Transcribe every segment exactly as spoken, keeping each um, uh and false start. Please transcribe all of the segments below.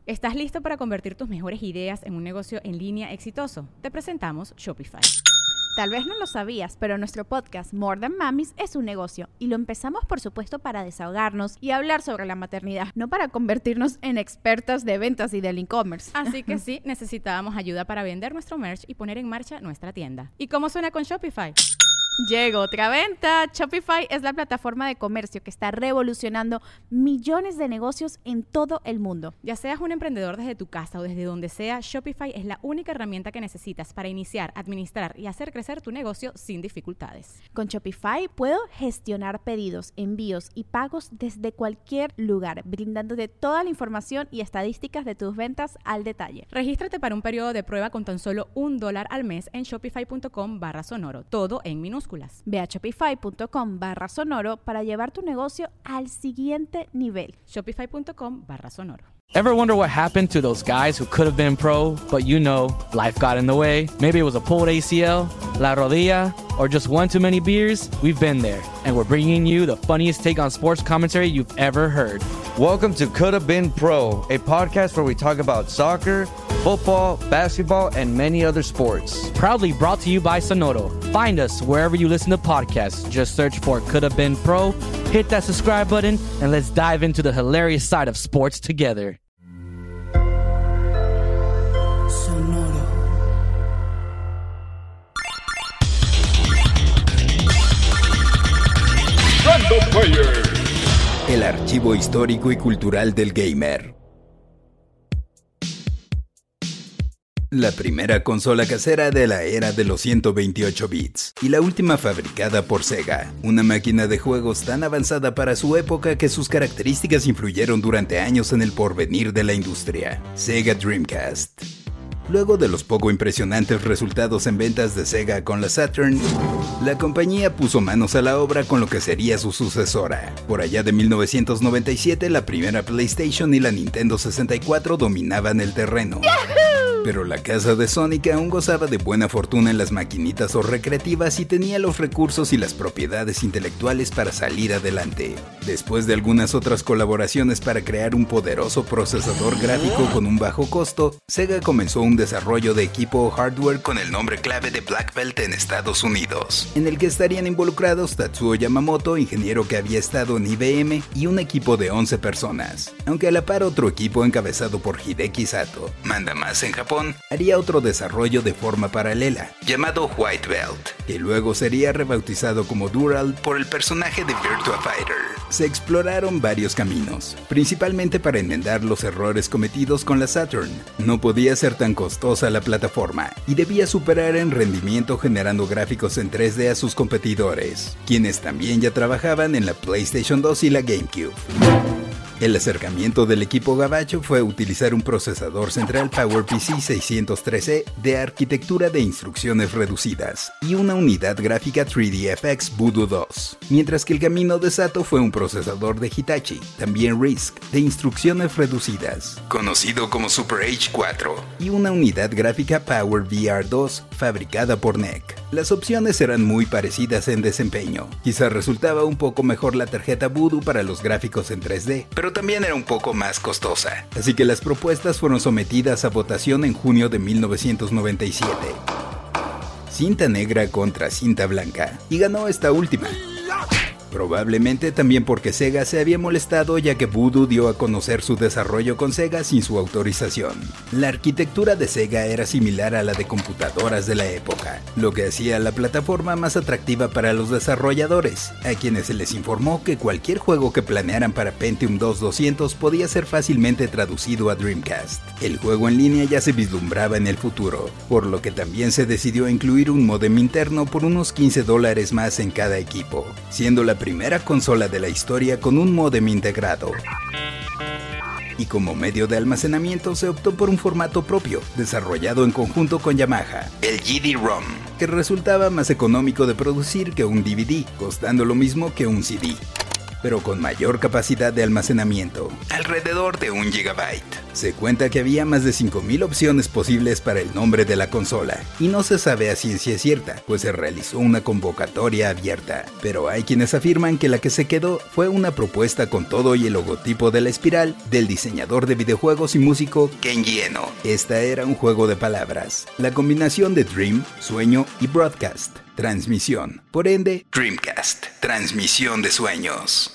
¿Estás listo para convertir tus mejores ideas en un negocio en línea exitoso? Te presentamos Shopify. Tal vez no lo sabías, pero nuestro podcast More Than Mamis es un negocio y lo empezamos por supuesto para desahogarnos y hablar sobre la maternidad, no para convertirnos en expertas de ventas y del e-commerce. Así que sí, necesitábamos ayuda para vender nuestro merch y poner en marcha nuestra tienda. ¿Y cómo suena con Shopify? Llegó otra venta. Shopify es la plataforma de comercio que está revolucionando millones de negocios en todo el mundo. Ya seas un emprendedor desde tu casa o desde donde sea, Shopify es la única herramienta que necesitas para iniciar, administrar y hacer crecer tu negocio sin dificultades. Con Shopify puedo gestionar pedidos, envíos y pagos desde cualquier lugar, brindándote toda la información y estadísticas de tus ventas al detalle. Regístrate para un periodo de prueba con tan solo un dólar al mes en shopify.com barra sonoro, todo en minúsculas. Ve a shopify.com barra sonoro para llevar tu negocio al siguiente nivel. Shopify.com barra sonoro. Ever wonder what happened to those guys who could have been pro, but you know, life got in the way? Maybe it was a pulled A C L, la rodilla, or just one too many beers? We've been there, and we're bringing you the funniest take on sports commentary you've ever heard. Welcome to Could Have Been Pro, a podcast where we talk about soccer, football, basketball, and many other sports. Proudly brought to you by Sonoro. Find us wherever you listen to podcasts. Just search for Could Have Been Pro, hit that subscribe button, and let's dive into the hilarious side of sports together. Sonoro. Random Player. El archivo histórico y cultural del gamer. La primera consola casera de la era de los ciento veintiocho bits, y la última fabricada por Sega, una máquina de juegos tan avanzada para su época que sus características influyeron durante años en el porvenir de la industria, Sega Dreamcast. Luego de los poco impresionantes resultados en ventas de Sega con la Saturn, la compañía puso manos a la obra con lo que sería su sucesora. Por allá de mil novecientos noventa y siete, la primera PlayStation y la Nintendo sesenta y cuatro dominaban el terreno. Pero la casa de Sonic aún gozaba de buena fortuna en las maquinitas o recreativas y tenía los recursos y las propiedades intelectuales para salir adelante. Después de algunas otras colaboraciones para crear un poderoso procesador gráfico con un bajo costo, Sega comenzó un desarrollo de equipo o hardware con el nombre clave de Black Belt en Estados Unidos, en el que estarían involucrados Tatsuo Yamamoto, ingeniero que había estado en I B M, y un equipo de once personas, aunque a la par otro equipo encabezado por Hideki Sato, manda más en Japón, haría otro desarrollo de forma paralela, llamado White Belt, que luego sería rebautizado como Dural por el personaje de Virtua Fighter. Se exploraron varios caminos, principalmente para enmendar los errores cometidos con la Saturn. No podía ser tan costosa la plataforma, y debía superar en rendimiento generando gráficos en tres D a sus competidores, quienes también ya trabajaban en la PlayStation dos y la GameCube. El acercamiento del equipo gabacho fue utilizar un procesador central PowerPC seiscientos trece de arquitectura de instrucciones reducidas y una unidad gráfica tres D F X Voodoo dos, mientras que el camino de Sato fue un procesador de Hitachi, también RISC, de instrucciones reducidas, conocido como Super H cuatro, y una unidad gráfica PowerVR dos fabricada por N E C. Las opciones eran muy parecidas en desempeño. Quizá resultaba un poco mejor la tarjeta Voodoo para los gráficos en tres D, pero también era un poco más costosa. Así que las propuestas fueron sometidas a votación en junio de mil novecientos noventa y siete. Cinta negra contra cinta blanca, y ganó esta última. Probablemente también porque Sega se había molestado ya que Voodoo dio a conocer su desarrollo con Sega sin su autorización. La arquitectura de Sega era similar a la de computadoras de la época, lo que hacía la plataforma más atractiva para los desarrolladores, a quienes se les informó que cualquier juego que planearan para Pentium dos doscientos podía ser fácilmente traducido a Dreamcast. El juego en línea ya se vislumbraba en el futuro, por lo que también se decidió incluir un módem interno por unos quince dólares más en cada equipo, siendo la primera consola de la historia con un módem integrado. Y como medio de almacenamiento se optó por un formato propio, desarrollado en conjunto con Yamaha, el G D-ROM, que resultaba más económico de producir que un D V D, costando lo mismo que un C D, pero con mayor capacidad de almacenamiento, alrededor de un gigabyte. Se cuenta que había más de cinco mil opciones posibles para el nombre de la consola, y no se sabe a ciencia cierta, pues se realizó una convocatoria abierta. Pero hay quienes afirman que la que se quedó fue una propuesta con todo y el logotipo de la espiral del diseñador de videojuegos y músico Kenji Eno. Esta era un juego de palabras, la combinación de Dream, sueño y Broadcast, transmisión. Por ende, Dreamcast, transmisión de sueños.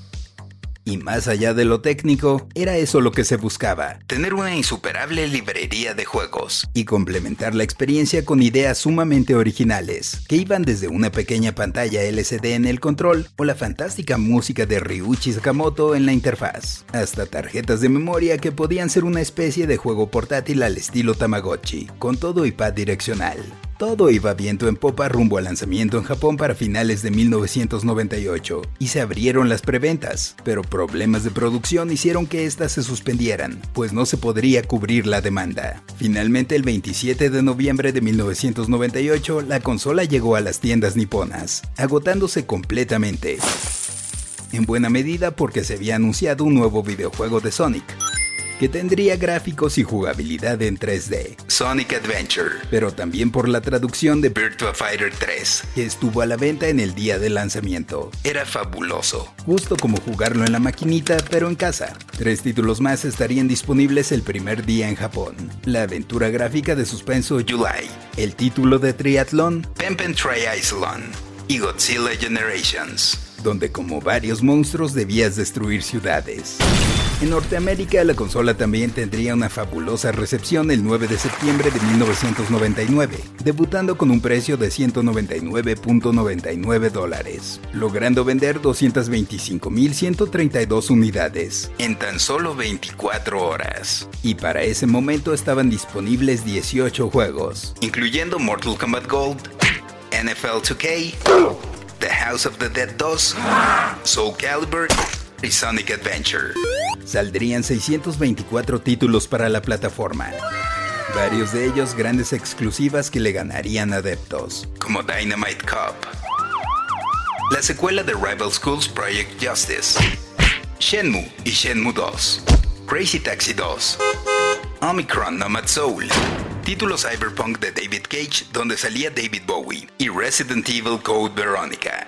Y más allá de lo técnico, era eso lo que se buscaba, tener una insuperable librería de juegos y complementar la experiencia con ideas sumamente originales, que iban desde una pequeña pantalla L C D en el control o la fantástica música de Ryuichi Sakamoto en la interfaz, hasta tarjetas de memoria que podían ser una especie de juego portátil al estilo Tamagotchi, con todo y pad direccional. Todo iba viento en popa rumbo al lanzamiento en Japón para finales de mil novecientos noventa y ocho, y se abrieron las preventas, pero problemas de producción hicieron que éstas se suspendieran, pues no se podría cubrir la demanda. Finalmente, el veintisiete de noviembre de mil novecientos noventa y ocho, la consola llegó a las tiendas niponas, agotándose completamente. En buena medida porque se había anunciado un nuevo videojuego de Sonic, que tendría gráficos y jugabilidad en tres D, Sonic Adventure, pero también por la traducción de Virtua Fighter tres, que estuvo a la venta en el día del lanzamiento. Era fabuloso, justo como jugarlo en la maquinita, pero en casa. Tres títulos más estarían disponibles el primer día en Japón: la aventura gráfica de suspenso July, el título de triatlón Pen Pen Triathlon y Godzilla Generations, donde como varios monstruos debías destruir ciudades. En Norteamérica, la consola también tendría una fabulosa recepción el nueve de septiembre de mil novecientos noventa y nueve, debutando con un precio de ciento noventa y nueve punto noventa y nueve dólares, logrando vender doscientas veinticinco mil ciento treinta y dos unidades en tan solo veinticuatro horas. Y para ese momento estaban disponibles dieciocho juegos, incluyendo Mortal Kombat Gold, N F L dos K, The House of the Dead dos, Soul Calibur y Sonic Adventure. Saldrían seiscientos veinticuatro títulos para la plataforma, varios de ellos grandes exclusivas que le ganarían adeptos, como Dynamite Cop, la secuela de Rival Schools Project Justice, Shenmue y Shenmue dos, Crazy Taxi dos, Omicron Nomad Soul, título cyberpunk de David Cage donde salía David Bowie, y Resident Evil Code Veronica.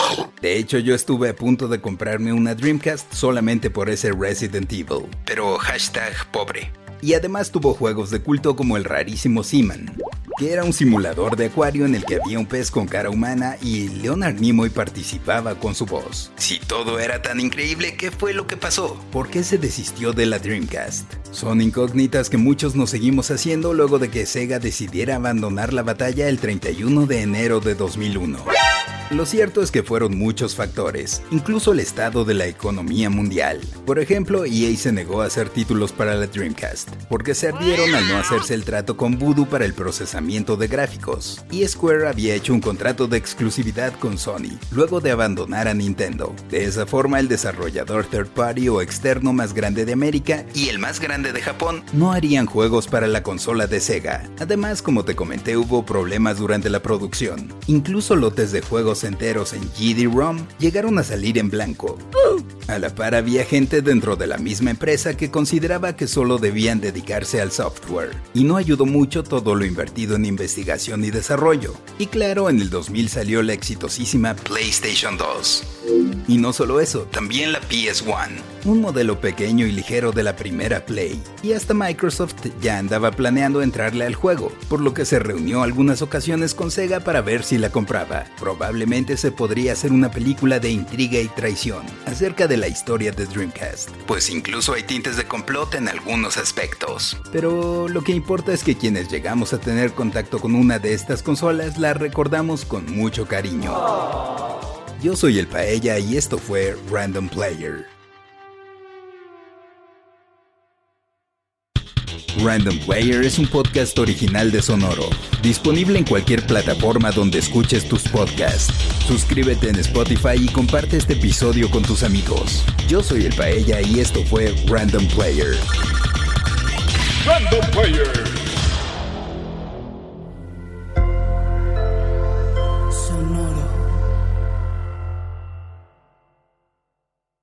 De hecho, yo estuve a punto de comprarme una Dreamcast solamente por ese Resident Evil, pero hashtag pobre. Y además tuvo juegos de culto como el rarísimo Seaman, que era un simulador de acuario en el que había un pez con cara humana y Leonard Nimoy participaba con su voz. Si todo era tan increíble, ¿qué fue lo que pasó? ¿Por qué se desistió de la Dreamcast? Son incógnitas que muchos nos seguimos haciendo luego de que Sega decidiera abandonar la batalla el treinta y uno de enero de dos mil uno. Lo cierto es que fueron muchos factores, incluso el estado de la economía mundial. Por ejemplo, E A se negó a hacer títulos para la Dreamcast, porque se ardieron al no hacerse el trato con Voodoo para el procesamiento de gráficos, y Square había hecho un contrato de exclusividad con Sony, luego de abandonar a Nintendo. De esa forma, el desarrollador third party o externo más grande de América y el más grande de Japón no harían juegos para la consola de Sega. Además, como te comenté, hubo problemas durante la producción. Incluso lotes de juegos enteros en G D-ROM llegaron a salir en blanco. A la par había gente dentro de la misma empresa que consideraba que solo debían dedicarse al software, y no ayudó mucho todo lo invertido en investigación y desarrollo. Y claro, en el dos mil salió la exitosísima PlayStation dos. Y no solo eso, también la P S uno, un modelo pequeño y ligero de la primera Play. Y hasta Microsoft ya andaba planeando entrarle al juego, por lo que se reunió algunas ocasiones con Sega para ver si la compraba. Probablemente se podría hacer una película de intriga y traición acerca de la historia de Dreamcast, pues incluso hay tintes de complot en algunos aspectos. Pero lo que importa es que quienes llegamos a tener contacto con una de estas consolas la recordamos con mucho cariño. Yo soy el Paella y esto fue Random Player. Random Player es un podcast original de Sonoro, disponible en cualquier plataforma donde escuches tus podcasts. Suscríbete en Spotify y comparte este episodio con tus amigos. Yo soy el Paella y esto fue Random Player. Random Player. Sonoro.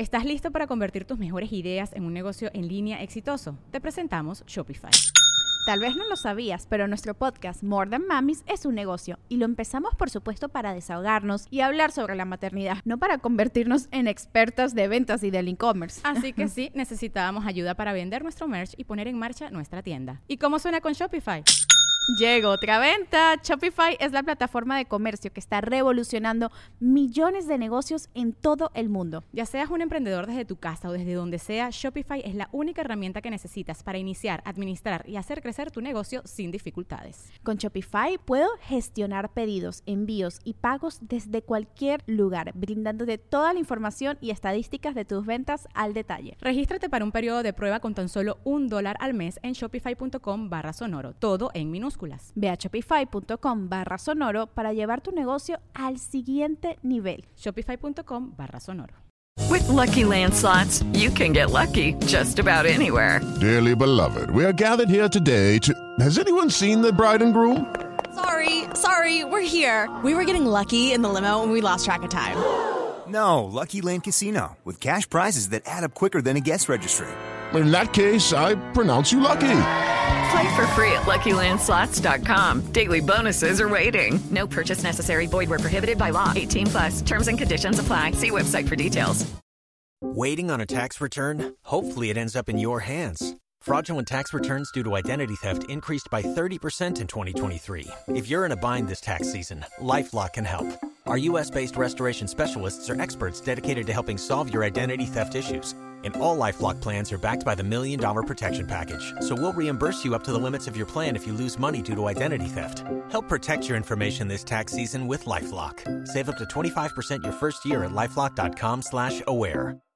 ¿Estás listo para convertir tus mejores ideas en un negocio en línea exitoso? Te presentamos Shopify. Tal vez no lo sabías, pero nuestro podcast More Than Mamis es un negocio y lo empezamos por supuesto para desahogarnos y hablar sobre la maternidad, no para convertirnos en expertas de ventas y del e-commerce. Así que sí, necesitábamos ayuda para vender nuestro merch y poner en marcha nuestra tienda. ¿Y cómo suena con Shopify? Llegó otra venta. Shopify es la plataforma de comercio que está revolucionando millones de negocios en todo el mundo. Ya seas un emprendedor desde tu casa o desde donde sea, Shopify es la única herramienta que necesitas para iniciar, administrar y hacer crecer tu negocio sin dificultades. Con Shopify puedo gestionar pedidos, envíos y pagos desde cualquier lugar, brindándote toda la información y estadísticas de tus ventas al detalle. Regístrate para un periodo de prueba con tan solo un dólar al mes en shopify.com barra sonoro, todo en minúsculas. Ve a shopify.com barra sonoro para llevar tu negocio al siguiente nivel. Shopify.com barra sonoro. With Lucky Land Slots, you can get lucky just about anywhere. Dearly beloved, we are gathered here today to... Has anyone seen the bride and groom? Sorry, sorry, we're here. We were getting lucky in the limo and we lost track of time. No, Lucky Land Casino, with cash prizes that add up quicker than a guest registry. In that case, I pronounce you lucky. Play for free at Lucky Land Slots dot com. Daily bonuses are waiting. No purchase necessary. Void where prohibited by law. eighteen plus. Terms and conditions apply. See website for details. Waiting on a tax return? Hopefully it ends up in your hands. Fraudulent tax returns due to identity theft increased by thirty percent in twenty twenty-three. If you're in a bind this tax season, LifeLock can help. Our U S based restoration specialists are experts dedicated to helping solve your identity theft issues. And all LifeLock plans are backed by the Million Dollar Protection Package. So we'll reimburse you up to the limits of your plan if you lose money due to identity theft. Help protect your information this tax season with LifeLock. Save up to twenty-five percent your first year at LifeLock.com slash aware.